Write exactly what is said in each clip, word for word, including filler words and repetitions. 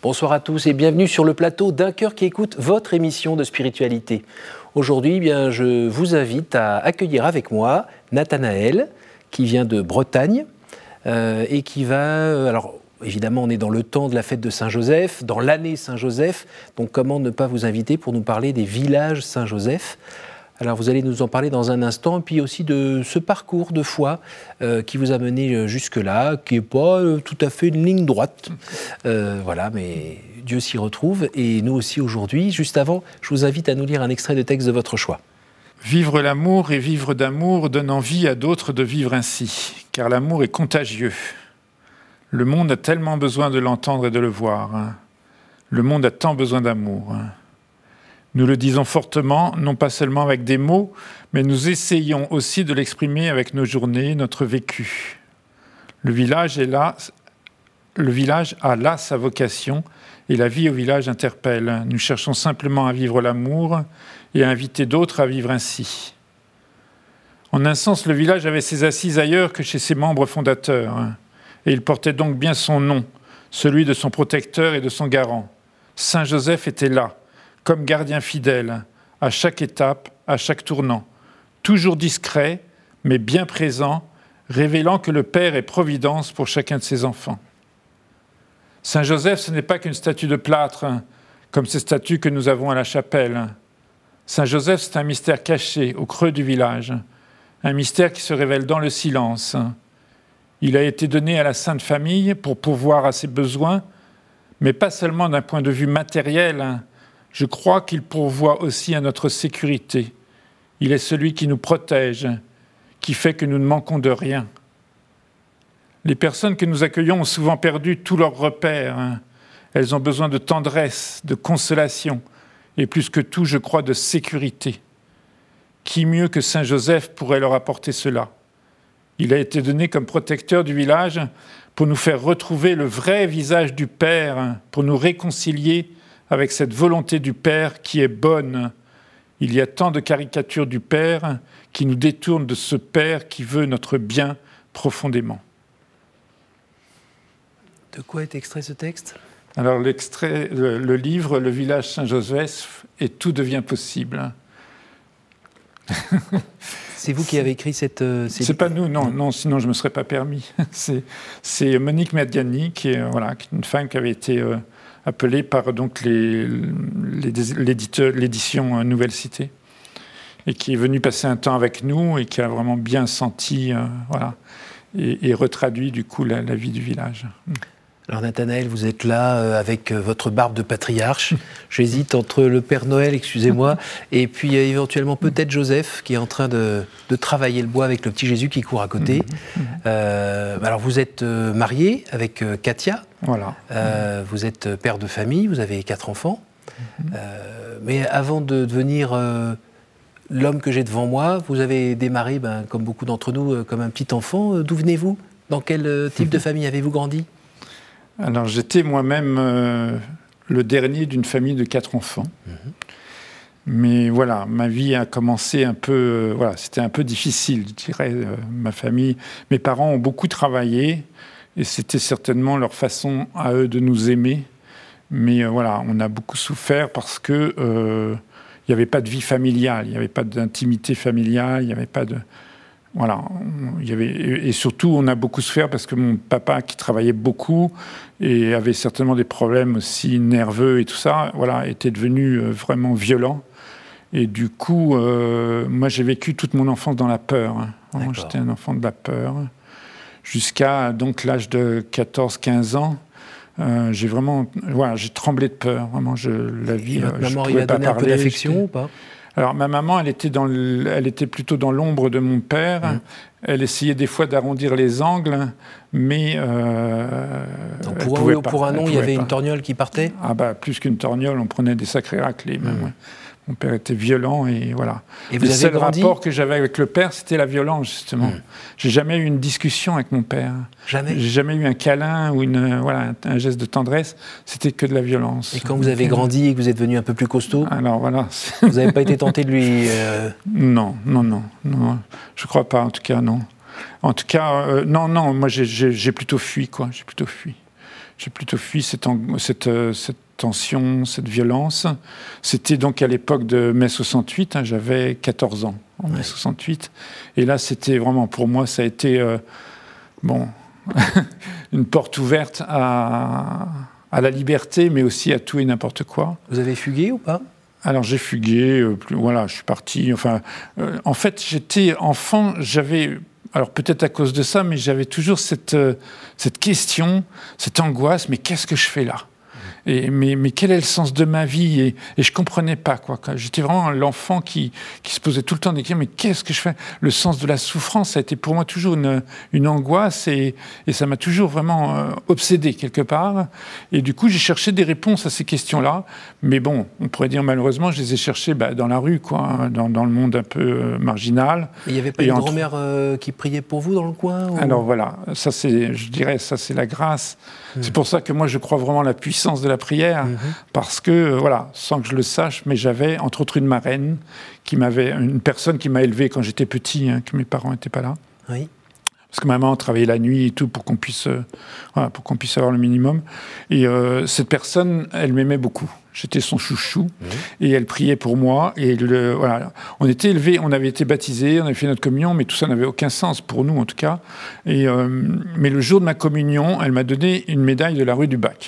Bonsoir à tous et bienvenue sur le plateau d'Un cœur qui écoute, votre émission de spiritualité. Aujourd'hui, eh bien, je vous invite à accueillir avec moi Nathanaël, qui vient de Bretagne euh, et qui va... Alors, évidemment, on est dans le temps de la fête de Saint-Joseph, dans l'année Saint-Joseph, donc comment ne pas vous inviter pour nous parler des villages Saint-Joseph ? Alors vous allez nous en parler dans un instant, et puis aussi de ce parcours de foi euh, qui vous a mené jusque-là, qui n'est pas euh, tout à fait une ligne droite. Euh, voilà, mais Dieu s'y retrouve, et nous aussi aujourd'hui. Juste avant, je vous invite à nous lire un extrait de texte de votre choix. Vivre l'amour et vivre d'amour donne envie à d'autres de vivre ainsi, car l'amour est contagieux. Le monde a tellement besoin de l'entendre et de le voir. Hein. Le monde a tant besoin d'amour. Hein. Nous le disons fortement, non pas seulement avec des mots, mais nous essayons aussi de l'exprimer avec nos journées, notre vécu. Le village est là, le village a là sa vocation, et la vie au village interpelle. Nous cherchons simplement à vivre l'amour et à inviter d'autres à vivre ainsi. En un sens, le village avait ses assises ailleurs que chez ses membres fondateurs, et il portait donc bien son nom, celui de son protecteur et de son garant. Saint Joseph était là, comme gardien fidèle, à chaque étape, à chaque tournant, toujours discret, mais bien présent, révélant que le Père est providence pour chacun de ses enfants. Saint Joseph, ce n'est pas qu'une statue de plâtre, comme ces statues que nous avons à la chapelle. Saint Joseph, c'est un mystère caché au creux du village, un mystère qui se révèle dans le silence. Il a été donné à la Sainte Famille pour pourvoir à ses besoins, mais pas seulement d'un point de vue matériel. Je crois qu'il pourvoit aussi à notre sécurité. Il est celui qui nous protège, qui fait que nous ne manquons de rien. Les personnes que nous accueillons ont souvent perdu tous leurs repères. Elles ont besoin de tendresse, de consolation, et plus que tout, je crois, de sécurité. Qui mieux que Saint Joseph pourrait leur apporter cela ? Il a été donné comme protecteur du village pour nous faire retrouver le vrai visage du Père, pour nous réconcilier avec cette volonté du Père qui est bonne. Il y a tant de caricatures du Père qui nous détournent de ce Père qui veut notre bien profondément. De quoi est extrait ce texte ? Alors l'extrait, le, le livre « Le village Saint-Joseph » et tout devient possible. C'est vous qui avez écrit cette... Euh, c'est c'est pas nous, non, non, sinon je ne me serais pas permis. c'est, c'est Monique Mediani, qui est, voilà, qui est une femme qui avait été... Euh, appelé par donc les, les, l'édition Nouvelle Cité, et qui est venu passer un temps avec nous et qui a vraiment bien senti, euh, voilà, et, et retraduit du coup la, la vie du village. Alors Nathanaël, vous êtes là euh, avec votre barbe de patriarche. J'hésite entre le Père Noël, excusez-moi, et puis euh, éventuellement peut-être Joseph qui est en train de, de travailler le bois avec le petit Jésus qui court à côté. Mmh. Euh, alors vous êtes euh, marié avec euh, Katia. Voilà. Euh, mmh. Vous êtes père de famille, vous avez quatre enfants. Mmh. Euh, mais avant de devenir euh, l'homme que j'ai devant moi, vous avez démarré, ben, comme beaucoup d'entre nous, euh, comme un petit enfant. D'où venez-vous ? Dans quel euh, type de famille avez-vous grandi ? Alors, j'étais moi-même euh, le dernier d'une famille de quatre enfants. Mmh. Mais voilà, ma vie a commencé un peu... Euh, voilà, c'était un peu difficile, je dirais. Euh, ma famille... Mes parents ont beaucoup travaillé, et c'était certainement leur façon à eux de nous aimer. Mais euh, voilà, on a beaucoup souffert parce que euh, il n'y avait pas de vie familiale, il n'y avait pas d'intimité familiale, il n'y avait pas de... Voilà, il y avait, et surtout on a beaucoup souffert parce que mon papa qui travaillait beaucoup et avait certainement des problèmes aussi nerveux et tout ça, voilà, était devenu vraiment violent. Et du coup, euh, moi j'ai vécu toute mon enfance dans la peur. Hein. Vraiment, j'étais un enfant de la peur. Jusqu'à donc l'âge de quatorze quinze ans, euh, j'ai vraiment, voilà, j'ai tremblé de peur. Vraiment, je, la vie, et votre euh, maman, je il a donné pas un peu d'affection ou pas ? Alors, ma maman, elle était, dans le, elle était plutôt dans l'ombre de mon père. Mmh. Elle essayait des fois d'arrondir les angles, mais euh, donc pour un oui ou pour un non, il y avait pas. Une torgnole qui partait ? Ah bah, plus qu'une torgnole, on prenait des sacrés raclés. Mmh. Même, ouais. Mon père était violent et voilà. Et vous le avez seul grandi... rapport que j'avais avec le père, c'était la violence, justement. Mmh. J'ai jamais eu une discussion avec mon père. Jamais. J'ai jamais eu un câlin ou une, voilà, un, un geste de tendresse. C'était que de la violence. Et quand vous avez grandi et que vous êtes devenu un peu plus costaud, alors voilà. Vous n'avez pas été tenté de lui... Euh... Non, non, non, non. Je crois pas, en tout cas, non. En tout cas, euh, non, non. Moi, j'ai, j'ai, j'ai plutôt fui, quoi. J'ai plutôt fui. J'ai plutôt fui cette, cette, cette tension, cette violence. C'était donc à l'époque de mai soixante-huit, hein, j'avais quatorze ans en mai soixante-huit. Et là, c'était vraiment, pour moi, ça a été euh, bon, une porte ouverte à, à la liberté, mais aussi à tout et n'importe quoi. Vous avez fugué ou pas ? Alors j'ai fugué, euh, plus, voilà, je suis parti. Enfin, euh, en fait, j'étais enfant, j'avais, alors peut-être à cause de ça, mais j'avais toujours cette, euh, cette question, cette angoisse, mais qu'est-ce que je fais là ? Et, mais, mais quel est le sens de ma vie ? Et, et je ne comprenais pas, quoi. J'étais vraiment l'enfant qui, qui se posait tout le temps des questions, mais qu'est-ce que je fais ? Le sens de la souffrance, ça a été pour moi toujours une, une angoisse et, et ça m'a toujours vraiment euh, obsédé quelque part. Et du coup, j'ai cherché des réponses à ces questions-là. Mais bon, on pourrait dire malheureusement, je les ai cherchées bah, dans la rue, quoi, dans, dans le monde un peu euh, marginal. Et il n'y avait pas et une entre... grand-mère euh, qui priait pour vous dans le coin ou... Alors voilà, ça c'est, je dirais, ça c'est la grâce. Mmh. C'est pour ça que moi je crois vraiment à la puissance de la prière, mmh. parce que, euh, voilà, sans que je le sache, mais j'avais entre autres une marraine, qui m'avait, une personne qui m'a élevé quand j'étais petit, hein, que mes parents n'étaient pas là. Oui. Parce que maman travaillait la nuit et tout pour qu'on puisse, euh, voilà, pour qu'on puisse avoir le minimum. Et euh, cette personne, elle m'aimait beaucoup. J'étais son chouchou, mmh. et elle priait pour moi. Et le, voilà, on était élevés, on avait été baptisés, on avait fait notre communion, mais tout ça n'avait aucun sens pour nous en tout cas. Et euh, mais le jour de ma communion, elle m'a donné une médaille de la rue du Bac.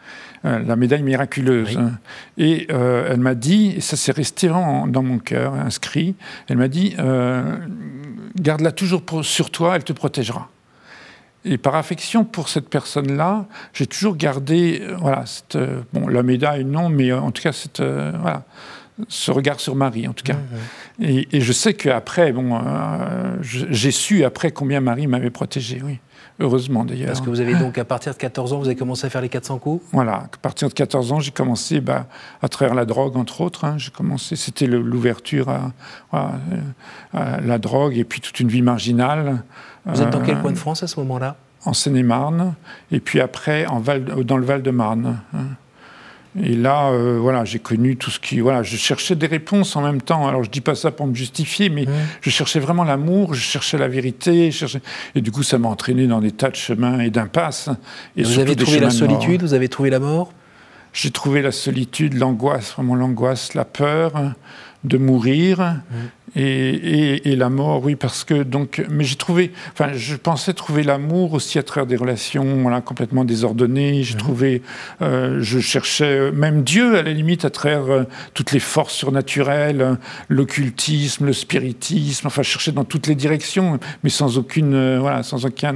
La médaille miraculeuse. Oui. Et euh, elle m'a dit, et ça s'est resté vraiment dans mon cœur, inscrit, elle m'a dit, euh, garde-la toujours pour, sur toi, elle te protégera. Et par affection pour cette personne-là, j'ai toujours gardé, euh, voilà, cette, euh, bon, la médaille, non, mais euh, en tout cas, cette, euh, voilà, ce regard sur Marie, en tout cas. Mmh, mmh. Et, et je sais qu'après, bon, euh, j'ai su après combien Marie m'avait protégé, oui. Heureusement d'ailleurs. Parce que vous avez donc, à partir de quatorze ans, vous avez commencé à faire les quatre cents coups ? Voilà, à partir de quatorze ans, j'ai commencé bah, à travers la drogue, entre autres. Hein, j'ai commencé, c'était le, l'ouverture à, à, à la drogue et puis toute une vie marginale. Vous êtes dans quel coin de France à ce moment-là ? En Seine-et-Marne, et puis après en Val, dans le Val-de-Marne. Hein. Et là, euh, voilà, j'ai connu tout ce qui... Voilà, je cherchais des réponses en même temps. Alors, je ne dis pas ça pour me justifier, mais mmh. je cherchais vraiment l'amour, je cherchais la vérité. Je cherchais... Et du coup, ça m'a entraîné dans des tas de chemins et d'impasses. Et vous avez trouvé la solitude, vous avez trouvé la mort ? J'ai trouvé la solitude, l'angoisse, vraiment l'angoisse, la peur de mourir. Mmh. Et, et, et la mort, oui, parce que donc, mais j'ai trouvé, enfin, je pensais trouver l'amour aussi à travers des relations, voilà, complètement désordonnées. J'ai mmh. trouvé, euh, je cherchais même Dieu à la limite à travers euh, toutes les forces surnaturelles, euh, l'occultisme, le spiritisme. Enfin, je cherchais dans toutes les directions, mais sans aucune, euh, voilà, sans aucun,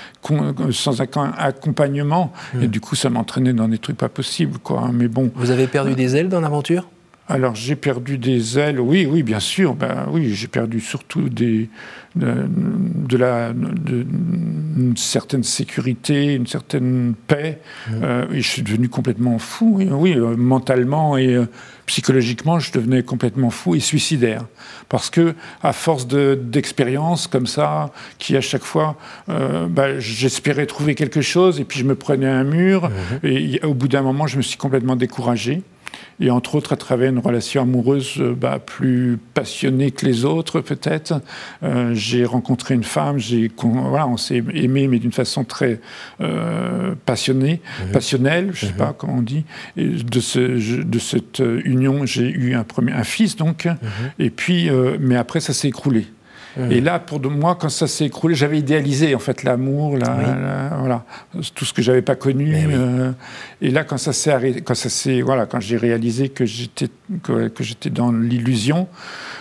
sans aucun accompagnement. Mmh. Et du coup, ça m'entraînait dans des trucs pas possibles, quoi. Hein, mais bon. Vous avez perdu euh, des ailes dans l'aventure ? Alors, j'ai perdu des ailes, oui, oui, bien sûr. Ben, oui, j'ai perdu surtout des, de, de la, de, une certaine sécurité, une certaine paix. Mmh. Euh, et je suis devenu complètement fou, oui, oui euh, mentalement et euh, psychologiquement, je devenais complètement fou et suicidaire. Parce que, à force de, d'expériences comme ça, qui à chaque fois, euh, ben, j'espérais trouver quelque chose, et puis je me prenais un mur, mmh. et au bout d'un moment, je me suis complètement découragé. Et entre autres, à travers une relation amoureuse bah, plus passionnée que les autres, peut-être. Euh, j'ai rencontré une femme, j'ai, voilà, on s'est aimé, mais d'une façon très euh, passionnée, mmh. passionnelle, je ne sais mmh. pas comment on dit. Et de, ce, de cette union, j'ai eu un, premier, un fils, donc. Mmh. Et puis, euh, mais après, ça s'est écroulé. Mmh. Et là, pour de moi, quand ça s'est écroulé, j'avais idéalisé en fait l'amour, la, oui. la, voilà, tout ce que j'avais pas connu. Oui. Euh, et là, quand ça s'est arrêté, quand ça s'est, voilà, quand j'ai réalisé que j'étais que, que j'étais dans l'illusion,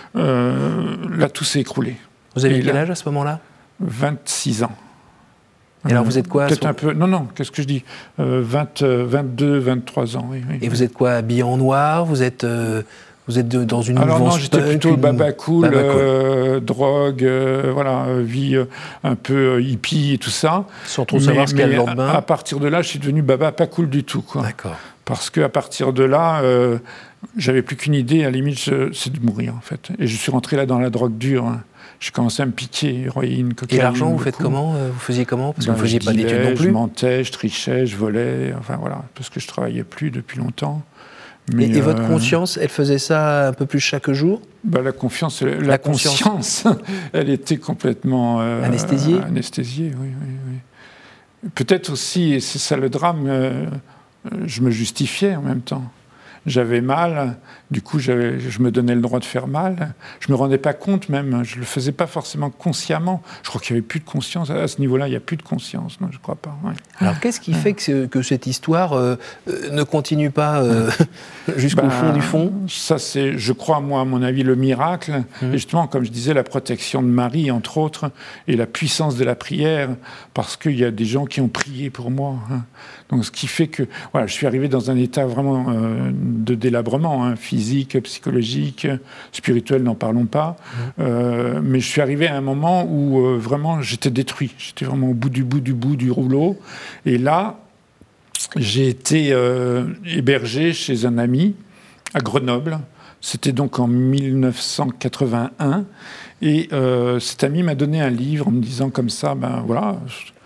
euh, là, tout s'est écroulé. Vous avez et quel là, âge à ce moment-là ? vingt-six ans. Et alors vous êtes quoi ? Peut-être un peu. Non, non. Qu'est-ce que je dis ? euh, vingt, vingt-deux, vingt-trois ans. Oui, oui. Et vous êtes quoi ? Habillé en noir ? Vous êtes euh... Vous êtes de, dans une Alors mouvance non, j'étais punk, plutôt une... baba cool, baba cool. Euh, drogue, euh, voilà, euh, vie euh, un peu euh, hippie et tout ça. Sans trop mais, savoir ce qu'il y a le lendemain. À, à partir de là, je suis devenu baba pas cool du tout, quoi. D'accord. Parce qu'à partir de là, euh, j'avais plus qu'une idée, à la limite, je, c'est de mourir, en fait. Et je suis rentré là dans la drogue dure. Hein. J'ai commencé à me piquer, héroïne, cocaïne. Et l'argent, vous beaucoup. faites comment ? Vous faisiez comment ? Parce que ben, vous ne faisiez pas dilais, d'études non plus. Je mentais, je trichais, je volais, enfin voilà, parce que je travaillais plus depuis longtemps. Mais et, et euh, votre conscience, elle faisait ça un peu plus chaque jour ? bah, La confiance, la, la conscience, elle était complètement... Euh, anesthésiée ? Anesthésiée, oui, oui, oui. peut-être aussi, et c'est ça le drame, euh, je me justifiais en même temps. J'avais mal, du coup je, je me donnais le droit de faire mal. Je ne me rendais pas compte même, je ne le faisais pas forcément consciemment. Je crois qu'il n'y avait plus de conscience. À ce niveau-là, il n'y a plus de conscience, non, je ne crois pas. Ouais. Alors qu'est-ce qui fait que, que cette histoire euh, ne continue pas euh, jusqu'au ben, fond du fond ? Ça, c'est, je crois, moi, à mon avis, le miracle. Mmh. Et justement, comme je disais, la protection de Marie, entre autres, et la puissance de la prière, parce qu'il y a des gens qui ont prié pour moi. Hein. Donc, ce qui fait que voilà, je suis arrivé dans un état vraiment euh, de délabrement, hein, physique, psychologique, spirituel, n'en parlons pas. Mmh. Euh, mais je suis arrivé à un moment où euh, vraiment j'étais détruit. J'étais vraiment au bout du bout du bout du rouleau. Et là, j'ai été euh, hébergé chez un ami à Grenoble. C'était donc en mille neuf cent quatre-vingt-un. Et euh, cet ami m'a donné un livre en me disant comme ça, ben voilà,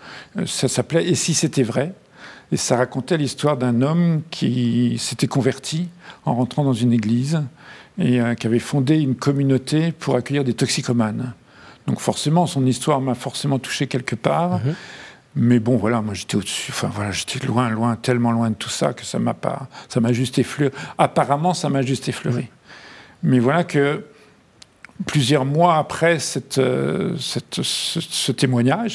ça s'appelait « Et si c'était vrai ?» Et ça racontait l'histoire d'un homme qui s'était converti en rentrant dans une église et euh, qui avait fondé une communauté pour accueillir des toxicomanes. Donc forcément, son histoire m'a forcément touché quelque part. Mmh. Mais bon, voilà, moi j'étais au-dessus, enfin voilà, j'étais loin, loin, tellement loin de tout ça que ça m'a pas, ça m'a juste effleuré. Apparemment, ça m'a juste effleuré. Mmh. Mais voilà que plusieurs mois après cette, euh, cette, ce, ce témoignage,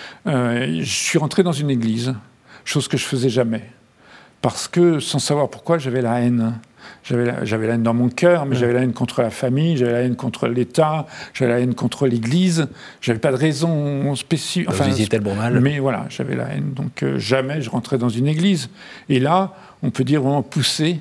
euh, je suis rentré dans une église. Chose que je faisais jamais. Parce que, sans savoir pourquoi, j'avais la haine. J'avais la, j'avais la haine dans mon cœur, mais ouais. j'avais la haine contre la famille, j'avais la haine contre l'État, j'avais la haine contre l'Église. J'avais pas de raison spécifique. Enfin, vous étiez tellement mal. Mais voilà, j'avais la haine. Donc euh, jamais je rentrais dans une église. Et là, on peut dire vraiment poussé,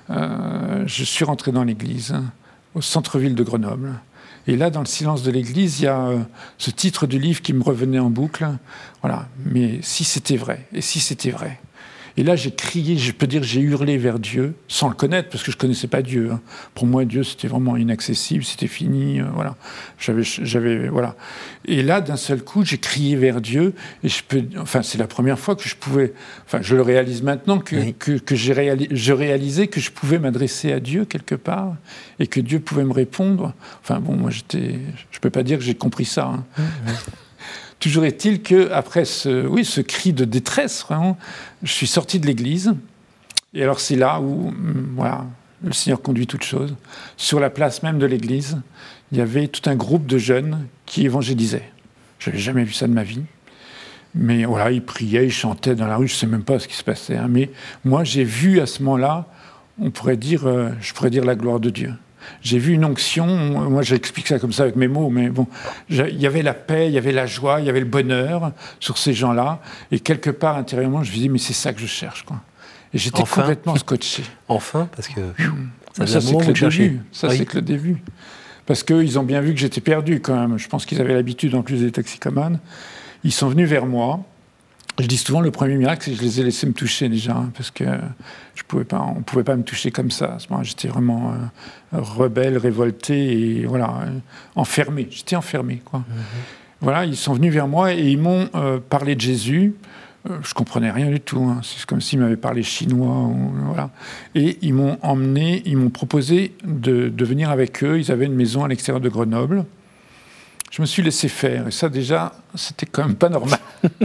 euh, je suis rentré dans l'église, hein, au centre-ville de Grenoble. Et là, dans le silence de l'église, il y a euh, ce titre du livre qui me revenait en boucle. Voilà. Mais si c'était vrai, et si c'était vrai. Et là, j'ai crié, je peux dire, j'ai hurlé vers Dieu, sans le connaître, parce que je ne connaissais pas Dieu. Hein. Pour moi, Dieu, c'était vraiment inaccessible, c'était fini, euh, voilà. J'avais, j'avais, voilà. Et là, d'un seul coup, j'ai crié vers Dieu, et je peux, enfin, c'est la première fois que je pouvais, enfin, je le réalise maintenant, que, oui. que, que j'ai réalisé, je réalisais que je pouvais m'adresser à Dieu quelque part, et que Dieu pouvait me répondre. Enfin, bon, moi, j'étais, je ne peux pas dire que j'ai compris ça. Hein. Oui, oui. Toujours est-il qu'après ce, oui, ce cri de détresse, vraiment, je suis sorti de l'église. Et alors c'est là où voilà, le Seigneur conduit toutes choses. Sur la place même de l'église, il y avait tout un groupe de jeunes qui évangélisaient. Je n'avais jamais vu ça de ma vie. Mais voilà, ils priaient, ils chantaient dans la rue, je ne sais même pas ce qui se passait. Hein. Mais moi, j'ai vu à ce moment-là, on pourrait dire, euh, je pourrais dire la gloire de Dieu. J'ai vu une onction, moi j'explique ça comme ça avec mes mots, mais bon, il y avait la paix, il y avait la joie, il y avait le bonheur sur ces gens-là, et quelque part intérieurement, je me disais, mais c'est ça que je cherche, quoi. Et j'étais enfin, complètement scotché. Enfin, parce que ça, ça c'est que le début. Ça, oui. c'est que le début. Parce qu'ils ont bien vu que j'étais perdu, quand même. Je pense qu'ils avaient l'habitude, en plus des toxicomanes. Ils sont venus vers moi. Je dis souvent, le premier miracle, c'est que je les ai laissés me toucher déjà, hein, parce que je pouvais pas, on ne pouvait pas me toucher comme ça. À ce moment-là, j'étais vraiment euh, rebelle, révolté, et voilà, euh, enfermé. J'étais enfermé, quoi. Mm-hmm. Voilà, ils sont venus vers moi et ils m'ont euh, parlé de Jésus. Euh, je ne comprenais rien du tout. Hein. C'est comme s'ils m'avaient parlé chinois. Ou, voilà. Et ils m'ont emmené, ils m'ont proposé de, de venir avec eux. Ils avaient une maison à l'extérieur de Grenoble. Je me suis laissé faire, et ça déjà, c'était quand même pas normal.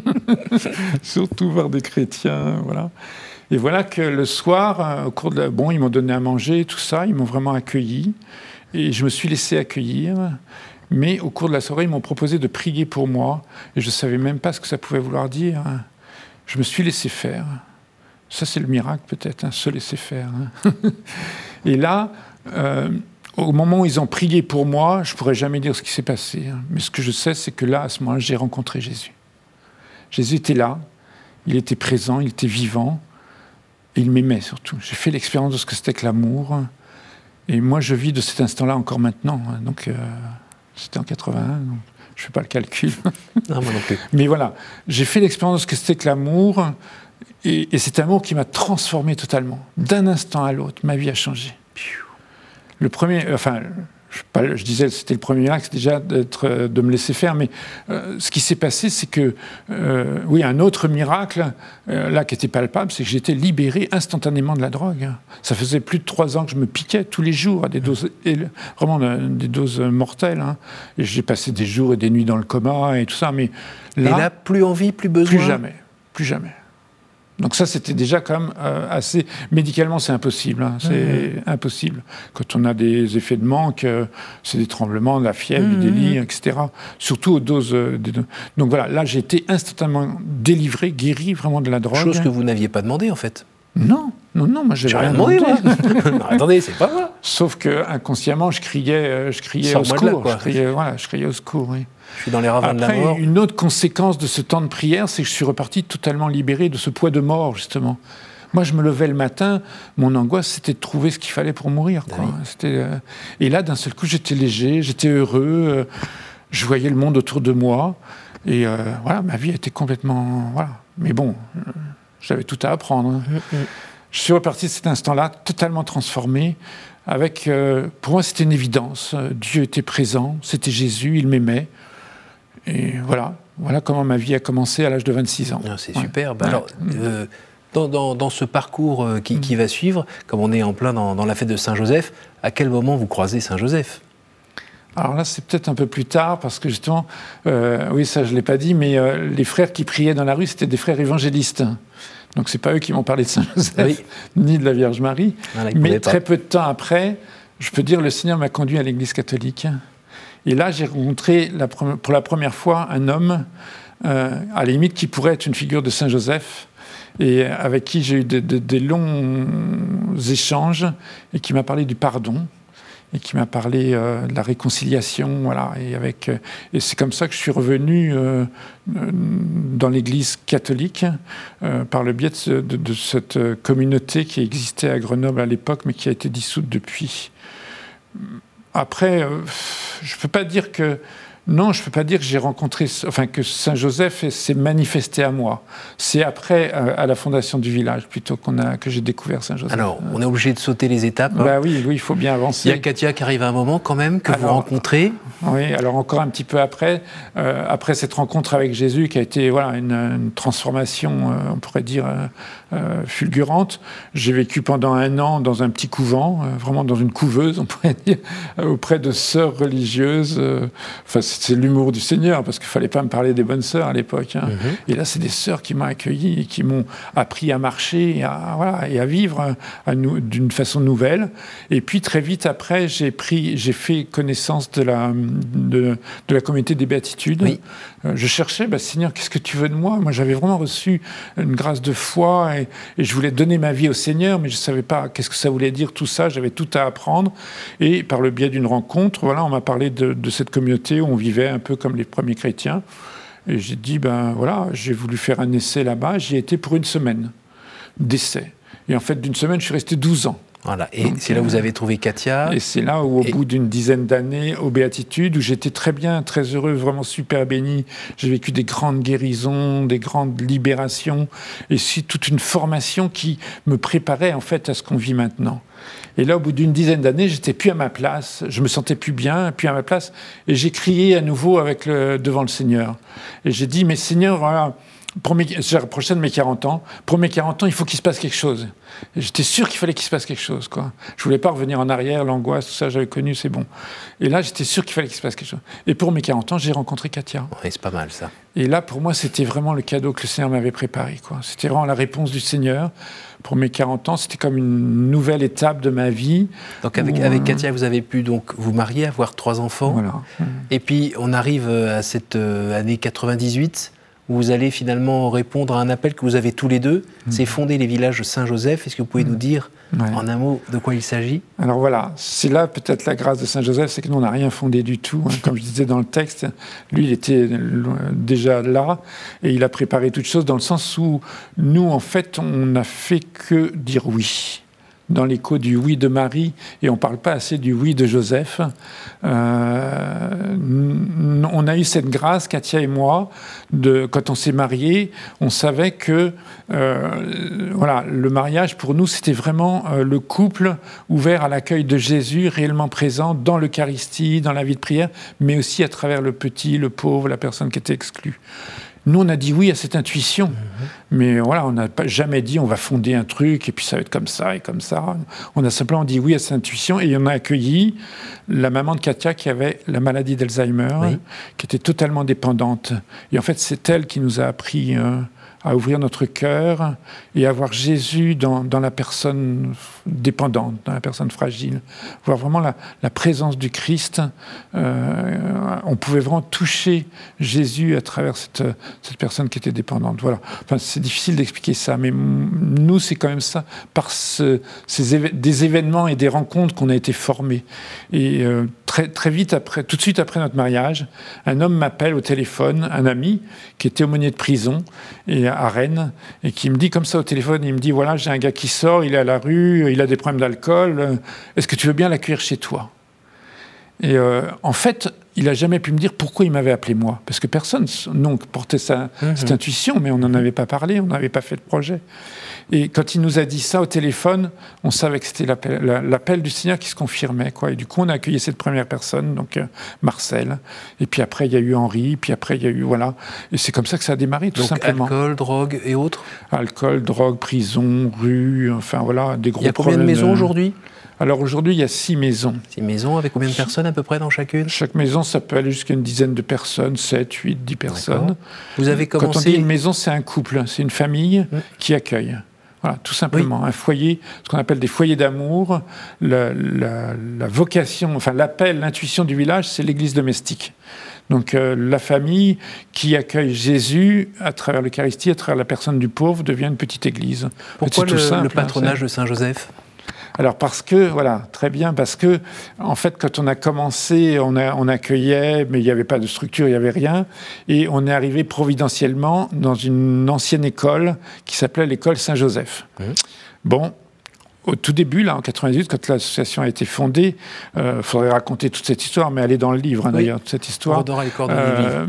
Surtout voir des chrétiens, voilà. Et voilà que le soir, au cours de la... Bon, ils m'ont donné à manger, tout ça, ils m'ont vraiment accueilli, et je me suis laissé accueillir, mais au cours de la soirée, ils m'ont proposé de prier pour moi, et je ne savais même pas ce que ça pouvait vouloir dire. Je me suis laissé faire. Ça, c'est le miracle, peut-être, hein, se laisser faire. Hein. Et là... Euh, Au moment où ils ont prié pour moi, je ne pourrais jamais dire ce qui s'est passé. Hein. Mais ce que je sais, c'est que là, à ce moment-là, j'ai rencontré Jésus. Jésus était là, il était présent, il était vivant, et il m'aimait surtout. J'ai fait l'expérience de ce que c'était que l'amour. Et moi, je vis de cet instant-là encore maintenant. Hein. Donc, euh, c'était en quatre-vingt-un, donc je ne fais pas le calcul. Non, moi non plus. Mais voilà, j'ai fait l'expérience de ce que c'était que l'amour, et, et cet amour qui m'a transformé totalement. D'un instant à l'autre, ma vie a changé. Le premier, enfin, je, pas, je disais, c'était le premier acte déjà d'être, de me laisser faire, mais euh, ce qui s'est passé, c'est que, euh, oui, un autre miracle, euh, là, qui était palpable, c'est que j'étais libéré instantanément de la drogue. Ça faisait plus de trois ans que je me piquais tous les jours à des doses, vraiment des doses mortelles. Hein. Et j'ai passé des jours et des nuits dans le coma et tout ça, mais là, et là, plus envie, plus besoin. Plus jamais. plus jamais. Donc ça, c'était déjà quand même euh, assez... Médicalement, c'est impossible. Hein. C'est mmh. impossible. Quand on a des effets de manque, euh, c'est des tremblements, de la fièvre, mmh. du délit, et cetera. Surtout aux doses... Euh, des... Donc voilà, là, j'ai été instantanément délivré, guéri vraiment de la drogue. Chose que vous n'aviez pas demandé, en fait. Non, non, non, moi, j'avais rien demandé. demandé non, attendez, c'est pas moi. Sauf que inconsciemment, je criais, euh, je criais au secours. Là, quoi. Je criais, voilà, je criais au secours, oui. Je suis dans les ravins Après, de la mort. Une autre conséquence de ce temps de prière, c'est que je suis reparti totalement libéré de ce poids de mort, justement. Moi, je me levais le matin, mon angoisse, c'était de trouver ce qu'il fallait pour mourir. Quoi. Oui. C'était, euh... Et là, d'un seul coup, j'étais léger, j'étais heureux, euh, je voyais le monde autour de moi, et euh, voilà, ma vie était complètement... Voilà. Mais bon, euh, j'avais tout à apprendre. Hein. Mm-hmm. Je suis reparti de cet instant-là, totalement transformé, avec... Euh, pour moi, c'était une évidence. Dieu était présent, c'était Jésus, il m'aimait. Et voilà, voilà comment ma vie a commencé à l'âge de vingt-six ans. Ah, c'est ouais. super. Bah, ouais. Alors, euh, dans, dans, dans ce parcours euh, qui, mmh. qui va suivre, comme on est en plein dans, dans la fête de Saint-Joseph, à quel moment vous croisez Saint-Joseph ? Alors là, c'est peut-être un peu plus tard, parce que justement, euh, oui, ça je ne l'ai pas dit, mais euh, les frères qui priaient dans la rue, c'était des frères évangélistes. Donc, ce n'est pas eux qui m'ont parlé de Saint-Joseph, oui. ni de la Vierge Marie. Ah, là, mais très peu de temps après, je peux dire, le Seigneur m'a conduit à l'Église catholique. Et là, j'ai rencontré la pre- pour la première fois un homme, euh, à la limite, qui pourrait être une figure de Saint-Joseph, et avec qui j'ai eu de, de, de longs échanges, et qui m'a parlé du pardon, et qui m'a parlé euh, de la réconciliation, voilà. Et, avec, euh, et c'est comme ça que je suis revenu euh, dans l'Église catholique, euh, par le biais de, ce, de, de cette communauté qui existait à Grenoble à l'époque, mais qui a été dissoute depuis. Après, euh, je ne peux pas dire que... Non, je ne peux pas dire que j'ai rencontré... Enfin, que Saint-Joseph s'est manifesté à moi. C'est après, euh, à la fondation du village, plutôt qu'on a, que j'ai découvert Saint-Joseph. Alors, on est obligé de sauter les étapes. Hein. Bah oui, oui, il faut bien avancer. Il y a Katia qui arrive à un moment, quand même, que alors, vous rencontrez. Oui, alors encore un petit peu après, euh, après cette rencontre avec Jésus, qui a été voilà, une, une transformation, euh, on pourrait dire, euh, euh, fulgurante. J'ai vécu pendant un an dans un petit couvent, euh, vraiment dans une couveuse, on pourrait dire, euh, auprès de sœurs religieuses. Euh, enfin, c'est l'humour du Seigneur, parce qu'il ne fallait pas me parler des bonnes sœurs à l'époque. Hein. Mm-hmm. Et là, c'est des sœurs qui m'ont accueilli et qui m'ont appris à marcher et à, voilà, et à vivre à, à nous, d'une façon nouvelle. Et puis, très vite après, j'ai, pris, j'ai fait connaissance de la, de, de la communauté des béatitudes. Oui. Euh, je cherchais, bah, Seigneur, qu'est-ce que tu veux de moi ? Moi, j'avais vraiment reçu une grâce de foi et, et je voulais donner ma vie au Seigneur, mais je ne savais pas qu'est-ce que ça voulait dire, tout ça. J'avais tout à apprendre. Et par le biais d'une rencontre, voilà, on m'a parlé de, de cette communauté où on vivait un peu comme les premiers chrétiens. Et j'ai dit, ben voilà, j'ai voulu faire un essai là-bas. J'y ai été pour une semaine d'essai. Et en fait, d'une semaine, je suis resté douze ans. Voilà. Et donc, c'est là où vous avez trouvé Katia. Et c'est là où, au et... bout d'une dizaine d'années, aux Béatitudes, où j'étais très bien, très heureux, vraiment super béni. J'ai vécu des grandes guérisons, des grandes libérations, et c'est toute une formation qui me préparait en fait à ce qu'on vit maintenant. Et là, au bout d'une dizaine d'années, j'étais plus à ma place, je me sentais plus bien, plus à ma place, et j'ai crié à nouveau avec le, devant le Seigneur. Et j'ai dit, mais Seigneur, voilà, pour mes, j'ai rapproché de mes quarante ans, pour mes quarante ans, il faut qu'il se passe quelque chose. Et j'étais sûr qu'il fallait qu'il se passe quelque chose, quoi. Je voulais pas revenir en arrière, l'angoisse, tout ça, j'avais connu, c'est bon. Et là, j'étais sûr qu'il fallait qu'il se passe quelque chose. Et pour mes quarante ans, j'ai rencontré Katia. Oui, c'est pas mal, ça. Et là, pour moi, c'était vraiment le cadeau que le Seigneur m'avait préparé, quoi. C'était vraiment la réponse du Seigneur. Pour mes quarante ans, c'était comme une nouvelle étape de ma vie. Donc avec, où, avec Katia, vous avez pu donc vous marier, avoir trois enfants. Voilà. Et puis, on arrive à cette euh, année quatre-vingt-dix-huit, où vous allez finalement répondre à un appel que vous avez tous les deux, mmh. c'est fonder les villages Saint-Joseph. Est-ce que vous pouvez mmh. nous dire, ouais. en un mot, de quoi il s'agit ? Alors voilà, c'est là peut-être la grâce de Saint-Joseph, c'est que nous, on n'a rien fondé du tout. Hein. Comme je disais dans le texte, lui, il était déjà là, et il a préparé toutes choses dans le sens où nous, en fait, on n'a fait que dire oui. Dans l'écho du oui de Marie, et on ne parle pas assez du oui de Joseph. Euh, on a eu cette grâce, Katia et moi, de, quand on s'est mariés, on savait que euh, voilà, le mariage, pour nous, c'était vraiment euh, le couple ouvert à l'accueil de Jésus, réellement présent dans l'Eucharistie, dans la vie de prière, mais aussi à travers le petit, le pauvre, la personne qui était exclue. Nous, on a dit oui à cette intuition, mmh. mais voilà, on n'a jamais dit on va fonder un truc et puis ça va être comme ça et comme ça. On a simplement dit oui à cette intuition et on a accueilli la maman de Katia qui avait la maladie d'Alzheimer, oui. qui était totalement dépendante. Et en fait, c'est elle qui nous a appris euh, à ouvrir notre cœur et à voir Jésus dans, dans la personne dépendante, dans la personne fragile, voir vraiment la, la présence du Christ. Euh, on pouvait vraiment toucher Jésus à travers cette, cette personne qui était dépendante. Voilà. Enfin, c'est difficile d'expliquer ça, mais nous, c'est quand même ça, par ce, ces éve- des événements et des rencontres qu'on a été formés. Et euh, très, très vite, après, tout de suite après notre mariage, un homme m'appelle au téléphone, un ami qui était aumônier de prison et à Rennes, et qui me dit comme ça au téléphone, il me dit, voilà, j'ai un gars qui sort, il est à la rue, il a des problèmes d'alcool, est-ce que tu veux bien l'accueillir chez toi ? Et euh, en fait, il n'a jamais pu me dire pourquoi il m'avait appelé moi. Parce que personne, non, portait sa, mmh. cette intuition, mais on n'en avait pas parlé, on n'avait pas fait de projet. Et quand il nous a dit ça au téléphone, on savait que c'était l'appel, l'appel du Seigneur qui se confirmait, quoi. Et du coup, on a accueilli cette première personne, donc euh, Marcel. Et puis après, il y a eu Henri, puis après, il y a eu, voilà. Et c'est comme ça que ça a démarré, tout donc, simplement. Alcool, drogue et autres ? Alcool, drogue, prison, rue, enfin voilà, des gros problèmes. Il y a combien de maisons aujourd'hui ? Alors aujourd'hui, il y a six maisons. Six maisons, avec combien de personnes à peu près dans chacune ? Chaque maison, ça peut aller jusqu'à une dizaine de personnes, sept, huit, dix personnes. D'accord. Vous avez commencé... Quand on dit une maison, c'est un couple, c'est une famille mmh. qui accueille. Voilà, tout simplement. Oui. Un foyer, ce qu'on appelle des foyers d'amour. La, la, la vocation, enfin l'appel, l'intuition du village, c'est l'église domestique. Donc euh, la famille qui accueille Jésus à travers l'Eucharistie, à travers la personne du pauvre, devient une petite église. Pourquoi en fait, le, simple, le patronage hein, de Saint-Joseph ? Alors parce que, voilà, très bien, parce que, en fait, quand on a commencé, on, a, on accueillait, mais il n'y avait pas de structure, il n'y avait rien, et on est arrivé providentiellement dans une ancienne école qui s'appelait l'école Saint-Joseph. Mmh. Bon, au tout début, là, en quatre-vingt-dix-huit, quand l'association a été fondée, il euh, faudrait raconter toute cette histoire, mais elle est dans le livre, hein, oui. d'ailleurs, toute cette histoire. On redonnera les coordonnées du livre.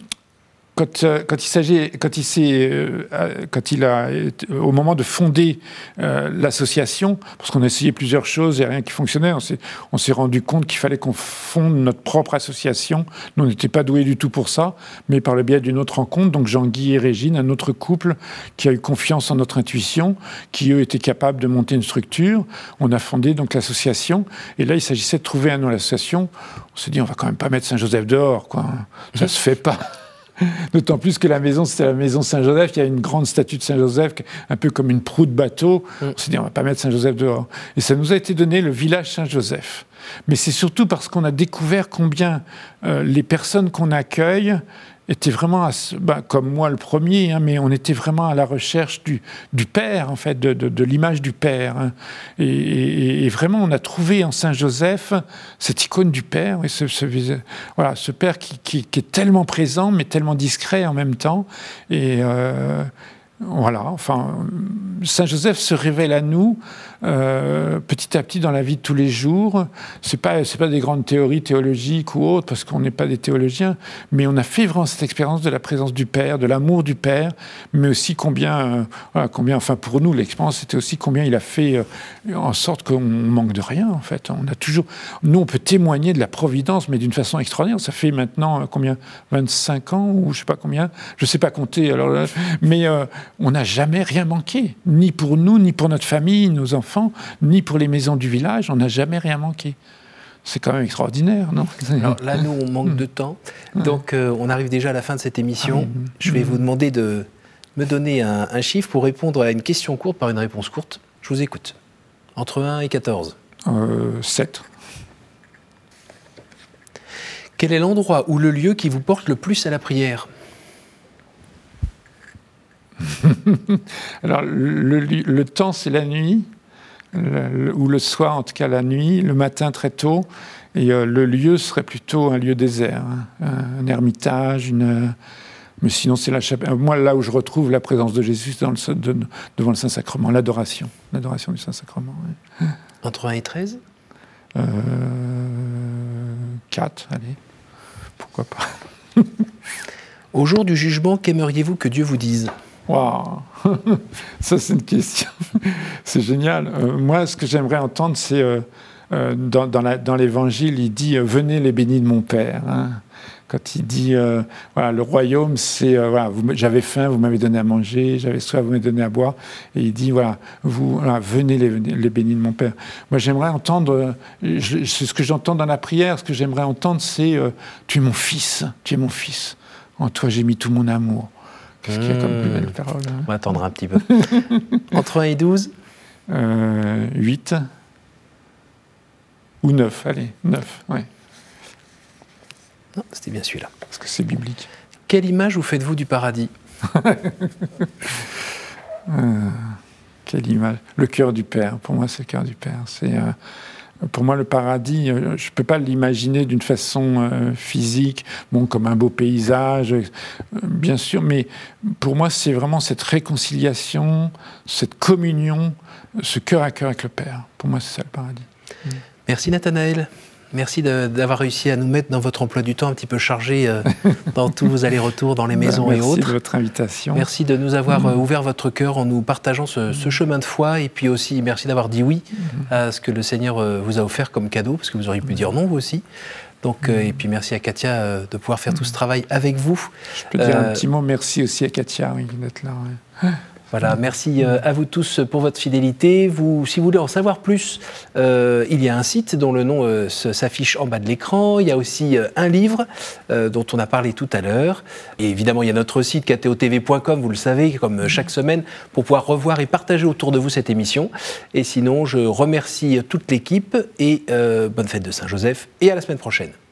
Quand, euh, quand il s'agit, quand il s'est, euh, quand il a, au moment de fonder euh, l'association, parce qu'on a essayé plusieurs choses et rien qui fonctionnait, on s'est, on s'est rendu compte qu'il fallait qu'on fonde notre propre association. Nous, on n'était pas doués du tout pour ça, mais par le biais d'une autre rencontre, donc Jean-Guy et Régine, un autre couple qui a eu confiance en notre intuition, qui eux étaient capables de monter une structure. On a fondé donc l'association, et là, il s'agissait de trouver un nom à l'association. On s'est dit, on va quand même pas mettre Saint-Joseph dehors, quoi. Ça se fait pas. D'autant plus que la maison, c'était la maison Saint-Joseph. Il y a une grande statue de Saint-Joseph, un peu comme une proue de bateau. On s'est dit, on ne va pas mettre Saint-Joseph dehors. Et ça nous a été donné le village Saint-Joseph. Mais c'est surtout parce qu'on a découvert combien euh, les personnes qu'on accueille étaient vraiment, à, ben, comme moi le premier, hein, mais on était vraiment à la recherche du, du Père, en fait, de, de, de l'image du Père. Hein. Et, et, et vraiment, on a trouvé en Saint-Joseph cette icône du Père, et ce, ce, voilà, ce Père qui, qui, qui est tellement présent, mais tellement discret en même temps. Et euh, voilà, enfin, Saint-Joseph se révèle à nous euh, petit à petit dans la vie de tous les jours. C'est pas, c'est pas des grandes théories théologiques ou autres, parce qu'on n'est pas des théologiens, mais on a fait vraiment cette expérience de la présence du Père, de l'amour du Père, mais aussi combien, euh, voilà, combien, enfin pour nous, l'expérience, c'était aussi combien il a fait euh, en sorte qu'on manque de rien, en fait. On a toujours, nous, on peut témoigner de la providence, mais d'une façon extraordinaire. Ça fait maintenant, euh, combien, vingt-cinq ans, ou je sais pas combien, je sais pas compter, alors là, mais euh, on n'a jamais rien manqué, ni pour nous, ni pour notre famille, nos enfants, ni pour les maisons du village, on n'a jamais rien manqué. C'est quand même extraordinaire, non ? Alors là, nous, on manque de temps, donc euh, on arrive déjà à la fin de cette émission. Ah, oui. Je vais vous demander de me donner un, un chiffre pour répondre à une question courte par une réponse courte. Je vous écoute. Entre un et quatorze. Euh, sept. Quel est l'endroit ou le lieu qui vous porte le plus à la prière ? Alors, le, le, le temps, c'est la nuit, le, le, ou le soir, en tout cas la nuit, le matin très tôt, et euh, le lieu serait plutôt un lieu désert, hein, un, un ermitage, une... Mais sinon, c'est la chapelle. Moi, là où je retrouve la présence de Jésus, c'est dans le, de, devant le Saint-Sacrement, l'adoration, l'adoration du Saint-Sacrement. Oui. Entre un et treize ? euh, quatre, allez, pourquoi pas. Au jour du jugement, qu'aimeriez-vous que Dieu vous dise ? Waouh, ça c'est une question, c'est génial. Euh, moi, ce que j'aimerais entendre, c'est euh, euh, dans, dans, la, dans l'Évangile, il dit euh, « Venez les bénis de mon Père hein ». Quand il dit euh, voilà, le royaume, c'est euh, voilà, vous, j'avais faim, vous m'avez donné à manger, j'avais soif, vous m'avez donné à boire, et il dit voilà, vous voilà, venez les, les bénis de mon Père. Moi, j'aimerais entendre, je, c'est ce que j'entends dans la prière. Ce que j'aimerais entendre, c'est euh, tu es mon fils, tu es mon fils. En toi, j'ai mis tout mon amour. Qu'est-ce qu'il y a comme plus belle parole, hein? On va attendre un petit peu. Entre un et douze euh, huit. Ou neuf, allez, neuf, ouais. Non, c'était bien celui-là. Parce que c'est biblique. Quelle image vous faites-vous du paradis? euh, Quelle image? Le cœur du Père. Pour moi, c'est le cœur du Père. C'est, euh, pour moi, le paradis, euh, je ne peux pas l'imaginer d'une façon euh, physique, bon, comme un beau paysage, euh, bien sûr, mais pour moi, c'est vraiment cette réconciliation, cette communion, ce cœur à cœur avec le Père. Pour moi, c'est ça le paradis. Mmh. Merci Nathanaël. Merci de, d'avoir réussi à nous mettre dans votre emploi du temps un petit peu chargé euh, dans tous vos allers-rets-retours dans les maisons bah, et autres. Merci de votre invitation. Merci de nous avoir mmh. euh, ouvert votre cœur en nous partageant ce, ce chemin de foi, et puis aussi merci d'avoir dit oui mmh. à ce que le Seigneur euh, vous a offert comme cadeau, parce que vous auriez pu mmh. dire non vous aussi. Donc, euh, et puis merci à Katia euh, de pouvoir faire mmh. tout ce travail avec vous. Je peux dire euh, un petit mot, merci aussi à Katia oui, d'être là. Ouais. Voilà, merci euh, à vous tous pour votre fidélité. Vous, si vous voulez en savoir plus, euh, il y a un site dont le nom euh, s'affiche en bas de l'écran. Il y a aussi euh, un livre euh, dont on a parlé tout à l'heure. Et évidemment, il y a notre site k t o t v point com, vous le savez, comme euh, chaque semaine, pour pouvoir revoir et partager autour de vous cette émission. Et sinon, je remercie toute l'équipe et euh, bonne fête de Saint-Joseph et à la semaine prochaine.